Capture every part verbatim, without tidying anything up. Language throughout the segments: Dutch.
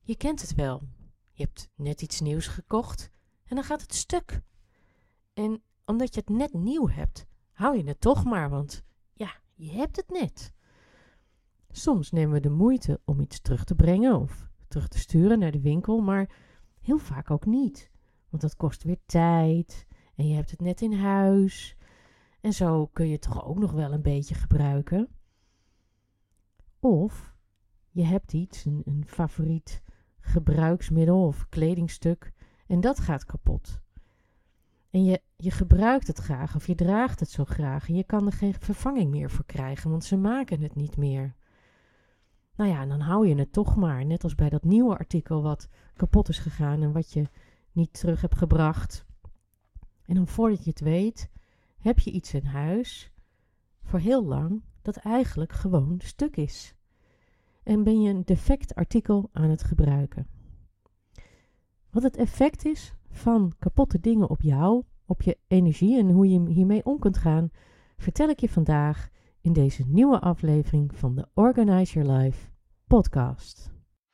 Je kent het wel. Je hebt net iets nieuws gekocht en dan gaat het stuk. En omdat je het net nieuw hebt, hou je het toch maar, want ja, je hebt het net. Soms nemen we de moeite om iets terug te brengen of terug te sturen naar de winkel, maar heel vaak ook niet. Want dat kost weer tijd en je hebt het net in huis. En zo kun je het toch ook nog wel een beetje gebruiken. Of je hebt iets, een, een favoriet gebruiksmiddel of kledingstuk en dat gaat kapot. En je, je gebruikt het graag of je draagt het zo graag en je kan er geen vervanging meer voor krijgen, want ze maken het niet meer. Nou ja, en dan hou je het toch maar, net als bij dat nieuwe artikel wat kapot is gegaan en wat je niet terug hebt gebracht. En dan voordat je het weet, heb je iets in huis voor heel lang dat eigenlijk gewoon stuk is. En ben je een defect artikel aan het gebruiken. Wat het effect is van kapotte dingen op jou, op je energie en hoe je hiermee om kunt gaan, vertel ik je vandaag in deze nieuwe aflevering van de Organize Your Life podcast.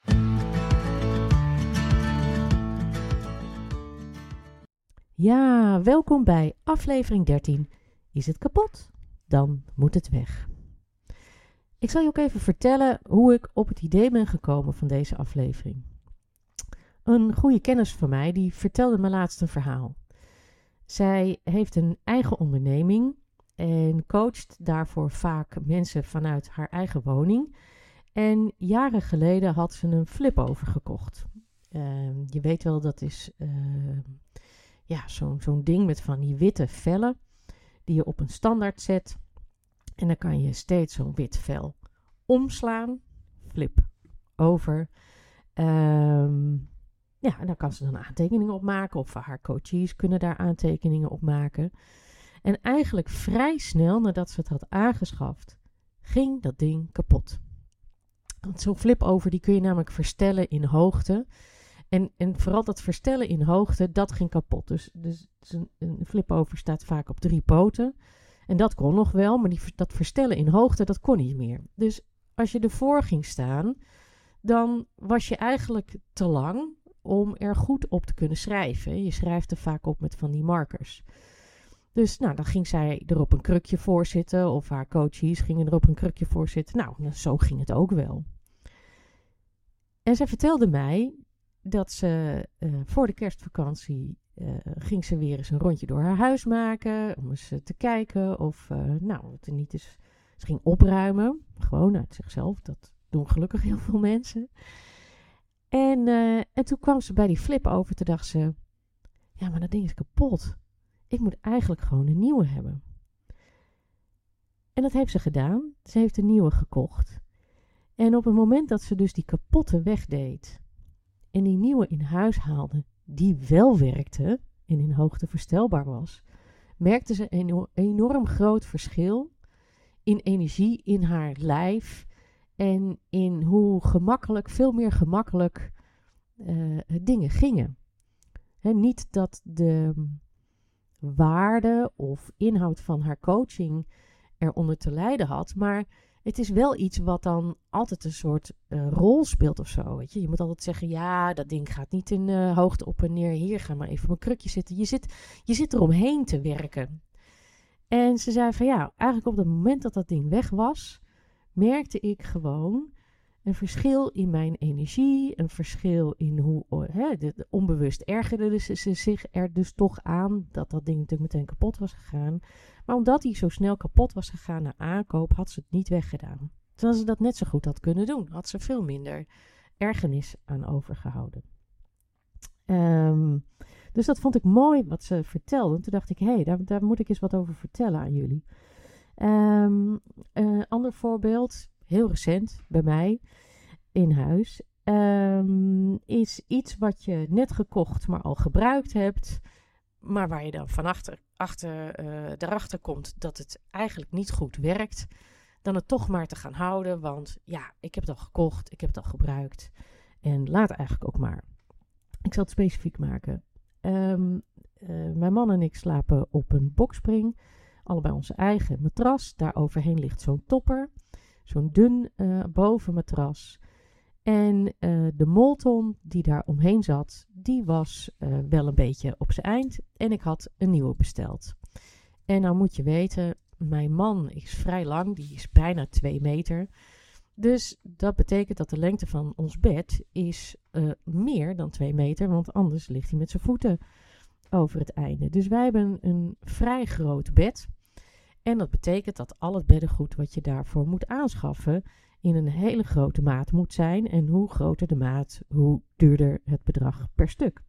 Ja, welkom bij aflevering dertien. Is het kapot? Dan moet het weg. Ik zal je ook even vertellen hoe ik op het idee ben gekomen van deze aflevering. Een goede kennis van mij die vertelde me laatst een verhaal. Zij heeft een eigen onderneming en coacht daarvoor vaak mensen vanuit haar eigen woning. En jaren geleden had ze een flip-over gekocht. Uh, je weet wel, dat is uh, ja, zo'n, zo'n ding met van die witte vellen die je op een standaard zet. En dan kan je steeds zo'n wit vel omslaan. Flip over. Um, ja, en daar kan ze dan aantekeningen op maken. Of haar coaches kunnen daar aantekeningen op maken. En eigenlijk vrij snel nadat ze het had aangeschaft, ging dat ding kapot. Want zo'n flip-over die kun je namelijk verstellen in hoogte. En, en vooral dat verstellen in hoogte, dat ging kapot. Dus, dus een, een flip-over staat vaak op drie poten. En dat kon nog wel, maar die, dat verstellen in hoogte, dat kon niet meer. Dus als je ervoor ging staan, dan was je eigenlijk te lang om er goed op te kunnen schrijven. Je schrijft er vaak op met van die markers. Dus nou, dan ging zij er op een krukje voor zitten, of haar coaches gingen er op een krukje voor zitten. Nou, zo ging het ook wel. En zij vertelde mij dat ze uh, voor de kerstvakantie uh, ging ze weer eens een rondje door haar huis maken, om eens uh, te kijken of uh, nou, het er niet is. Ze ging opruimen, gewoon uit zichzelf. Dat doen gelukkig heel veel mensen. En, uh, en toen kwam ze bij die flip over, toen dacht ze, ja, maar dat ding is kapot. Ik moet eigenlijk gewoon een nieuwe hebben. En dat heeft ze gedaan. Ze heeft een nieuwe gekocht. En op het moment dat ze dus die kapotte wegdeed en die nieuwe in huis haalde, die wel werkte en in hoogte verstelbaar was, merkte ze een enorm groot verschil in energie in haar lijf en in hoe gemakkelijk, veel meer gemakkelijk uh, dingen gingen. He, niet dat de waarde of inhoud van haar coaching eronder te lijden had, maar het is wel iets wat dan altijd een soort uh, rol speelt of zo. Weet je? Je moet altijd zeggen, ja, dat ding gaat niet in uh, hoogte op en neer. Hier, ga maar even op een krukje zitten. Je zit, je zit eromheen te werken. En ze zei van ja, eigenlijk op het moment dat dat ding weg was, merkte ik gewoon een verschil in mijn energie, een verschil in hoe, hè, de, de onbewust ergerde ze, ze zich er dus toch aan dat dat ding natuurlijk meteen kapot was gegaan. Maar omdat hij zo snel kapot was gegaan na aankoop, had ze het niet weggedaan. Terwijl ze dat net zo goed had kunnen doen, had ze veel minder ergernis aan overgehouden. Um, dus dat vond ik mooi wat ze vertelde. En toen dacht ik, hé, hey, daar, daar moet ik eens wat over vertellen aan jullie. Um, een ander voorbeeld, heel recent bij mij in huis, um, is iets wat je net gekocht, maar al gebruikt hebt, maar waar je dan van achter, achter, uh, erachter komt dat het eigenlijk niet goed werkt, dan het toch maar te gaan houden, want ja, ik heb het al gekocht, ik heb het al gebruikt en laat eigenlijk ook maar. Ik zal het specifiek maken. Um, uh, mijn man en ik slapen op een boxspring, allebei onze eigen matras. Daar overheen ligt zo'n topper, zo'n dun uh, bovenmatras. En uh, de molton die daar omheen zat, die was uh, wel een beetje op zijn eind. En ik had een nieuwe besteld. En nou moet je weten, mijn man is vrij lang, die is bijna twee meter. Dus dat betekent dat de lengte van ons bed is uh, meer dan twee meter, want anders ligt hij met zijn voeten over het einde. Dus wij hebben een vrij groot bed. En dat betekent dat al het beddengoed wat je daarvoor moet aanschaffen in een hele grote maat moet zijn. En hoe groter de maat, hoe duurder het bedrag per stuk.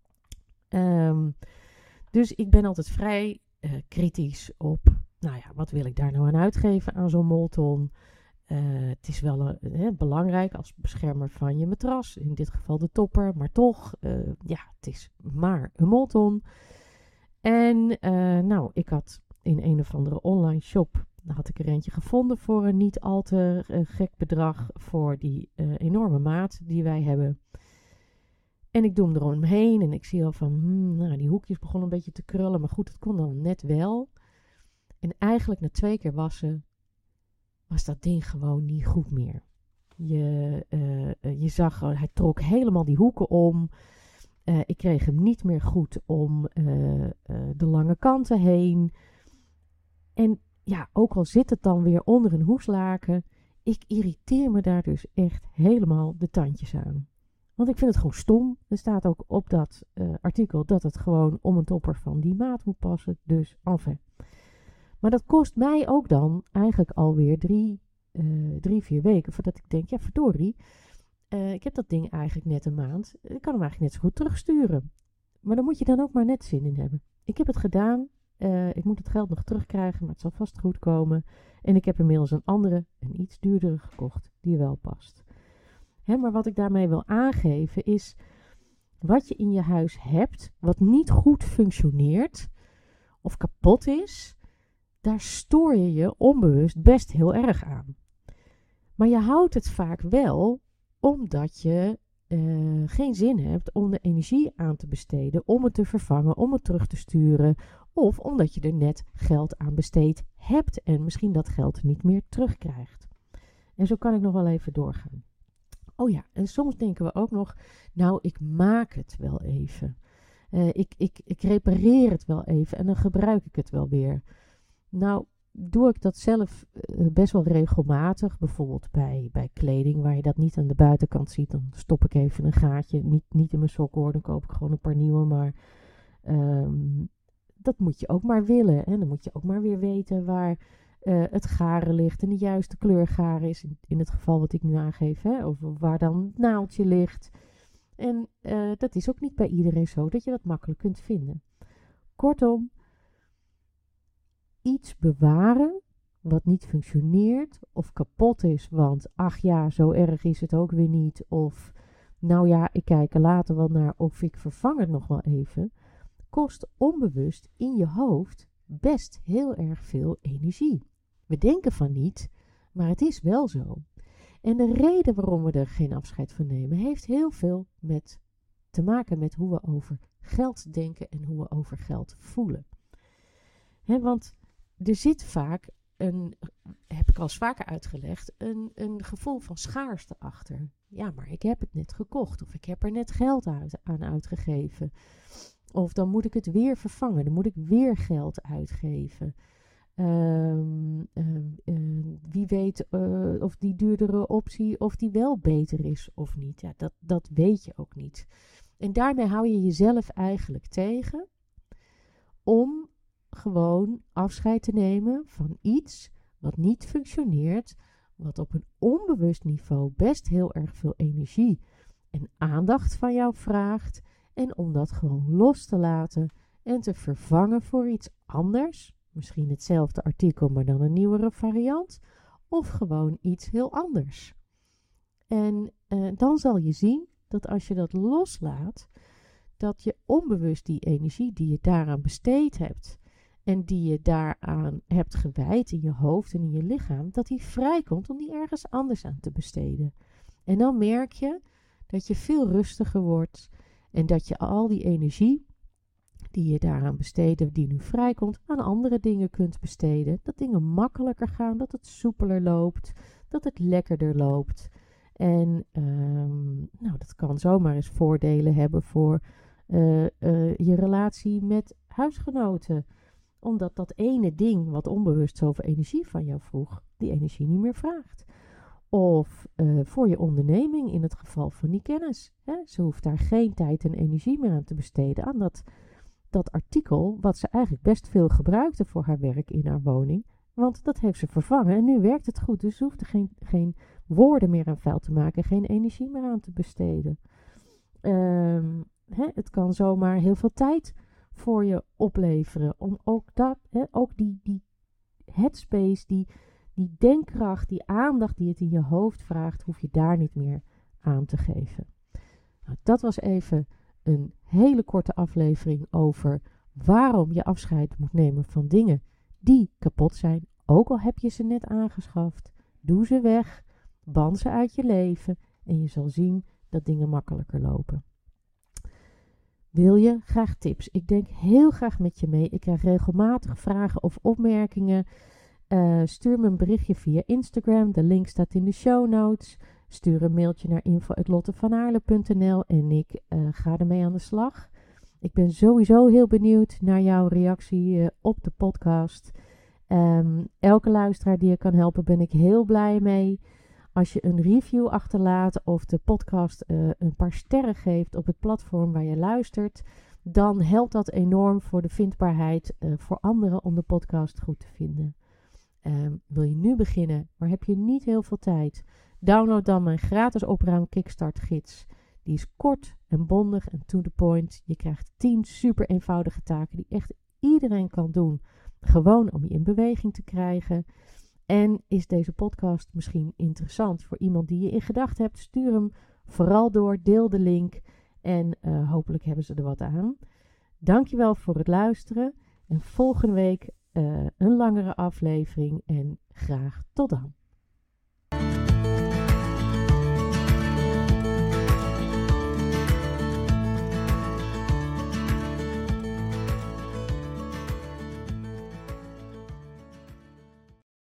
Um, dus ik ben altijd vrij uh, kritisch op, nou ja, wat wil ik daar nou aan uitgeven aan zo'n molton? Uh, het is wel uh, hè, belangrijk als beschermer van je matras, in dit geval de topper, maar toch, uh, ja, het is maar een molton. En uh, nou, ik had in een of andere online shop, daar had ik er eentje gevonden voor een niet al te uh, gek bedrag voor die uh, enorme maat die wij hebben. En ik doe hem eromheen en ik zie al van, hmm, nou, die hoekjes begonnen een beetje te krullen, maar goed, het kon dan net wel. En eigenlijk na twee keer wassen was dat ding gewoon niet goed meer. Je, uh, je zag, uh, hij trok helemaal die hoeken om. Uh, ik kreeg hem niet meer goed om uh, uh, de lange kanten heen. En ja, ook al zit het dan weer onder een hoeslaken, ik irriteer me daar dus echt helemaal de tandjes aan. Want ik vind het gewoon stom. Er staat ook op dat uh, artikel dat het gewoon om een topper van die maat moet passen. Dus enfin. Maar dat kost mij ook dan eigenlijk alweer drie, uh, drie, vier weken voordat ik denk, ja verdorie, uh, ik heb dat ding eigenlijk net een maand. Ik kan hem eigenlijk net zo goed terugsturen. Maar daar moet je dan ook maar net zin in hebben. Ik heb het gedaan. Uh, ik moet het geld nog terugkrijgen, maar het zal vast goed komen. En ik heb inmiddels een andere, een iets duurdere gekocht, die wel past. Hè, maar wat ik daarmee wil aangeven is, wat je in je huis hebt, wat niet goed functioneert of kapot is, daar stoor je je onbewust best heel erg aan. Maar je houdt het vaak wel omdat je uh, geen zin hebt om de energie aan te besteden, om het te vervangen, om het terug te sturen, of omdat je er net geld aan besteed hebt en misschien dat geld niet meer terugkrijgt. En zo kan ik nog wel even doorgaan. Oh ja, en soms denken we ook nog, nou, ik maak het wel even. Uh, ik, ik, ik repareer het wel even en dan gebruik ik het wel weer. Nou, doe ik dat zelf uh, best wel regelmatig. Bijvoorbeeld bij, bij kleding waar je dat niet aan de buitenkant ziet. Dan stop ik even een gaatje. Niet, niet in mijn sokken hoor, dan koop ik gewoon een paar nieuwe. Maar um, dat moet je ook maar willen. En dan moet je ook maar weer weten waar uh, het garen ligt. En de juiste kleur garen is. In, in het geval wat ik nu aangeef. Hè, of waar dan het naaldje ligt. En uh, dat is ook niet bij iedereen zo dat je dat makkelijk kunt vinden. Kortom, iets bewaren wat niet functioneert of kapot is, want ach ja, zo erg is het ook weer niet. Of nou ja, ik kijk er later wel naar of ik vervang het nog wel even. Kost onbewust in je hoofd best heel erg veel energie. We denken van niet, maar het is wel zo. En de reden waarom we er geen afscheid van nemen, heeft heel veel met te maken met hoe we over geld denken en hoe we over geld voelen. He, want er zit vaak een, heb ik al eens vaker uitgelegd, een, een gevoel van schaarste achter. Ja, maar ik heb het net gekocht of ik heb er net geld uit, aan uitgegeven. Of dan moet ik het weer vervangen, dan moet ik weer geld uitgeven. Um, uh, uh, wie weet uh, of die duurdere optie of die wel beter is of niet. Ja, dat, dat weet je ook niet. En daarmee hou je jezelf eigenlijk tegen om gewoon afscheid te nemen van iets wat niet functioneert, wat op een onbewust niveau best heel erg veel energie en aandacht van jou vraagt, en om dat gewoon los te laten en te vervangen voor iets anders. Misschien hetzelfde artikel, maar dan een nieuwere variant. Of gewoon iets heel anders. En uh, dan zal je zien dat als je dat loslaat, dat je onbewust die energie die je daaraan besteed hebt en die je daaraan hebt gewijd in je hoofd en in je lichaam, dat die vrijkomt om die ergens anders aan te besteden. En dan merk je dat je veel rustiger wordt en dat je al die energie die je daaraan besteden, die nu vrijkomt, aan andere dingen kunt besteden. Dat dingen makkelijker gaan, dat het soepeler loopt, dat het lekkerder loopt. En um, nou, dat kan zomaar eens voordelen hebben voor uh, uh, je relatie met huisgenoten. Omdat dat ene ding wat onbewust zoveel energie van jou vroeg, die energie niet meer vraagt. Of uh, voor je onderneming in het geval van die kennis. Hè? Ze hoeft daar geen tijd en energie meer aan te besteden aan dat, dat artikel, wat ze eigenlijk best veel gebruikte voor haar werk in haar woning. Want dat heeft ze vervangen en nu werkt het goed. Dus ze hoeft er geen, geen woorden meer aan vuil te maken, geen energie meer aan te besteden. Um, hè, het kan zomaar heel veel tijd voor je opleveren. Om ook dat, hè, ook die, die headspace, die, die denkkracht, die aandacht die het in je hoofd vraagt, hoef je daar niet meer aan te geven. Nou, dat was even een hele korte aflevering over waarom je afscheid moet nemen van dingen die kapot zijn. Ook al heb je ze net aangeschaft, doe ze weg, ban ze uit je leven en je zal zien dat dingen makkelijker lopen. Wil je graag tips? Ik denk heel graag met je mee. Ik krijg regelmatig vragen of opmerkingen. Uh, stuur me een berichtje via Instagram. De link staat in de show notes. Stuur een mailtje naar info at lottevanhaarle punt n l en ik uh, ga ermee aan de slag. Ik ben sowieso heel benieuwd naar jouw reactie uh, op de podcast. Um, elke luisteraar die je kan helpen, ben ik heel blij mee. Als je een review achterlaat of de podcast uh, een paar sterren geeft op het platform waar je luistert, dan helpt dat enorm voor de vindbaarheid uh, voor anderen om de podcast goed te vinden. Um, wil je nu beginnen, maar heb je niet heel veel tijd? Download dan mijn gratis opruim Kickstart gids. Die is kort en bondig en to the point. Je krijgt tien super eenvoudige taken die echt iedereen kan doen. Gewoon om je in beweging te krijgen. En is deze podcast misschien interessant voor iemand die je in gedachten hebt? Stuur hem vooral door, deel de link en uh, hopelijk hebben ze er wat aan. Dankjewel voor het luisteren en volgende week uh, een langere aflevering en graag tot dan.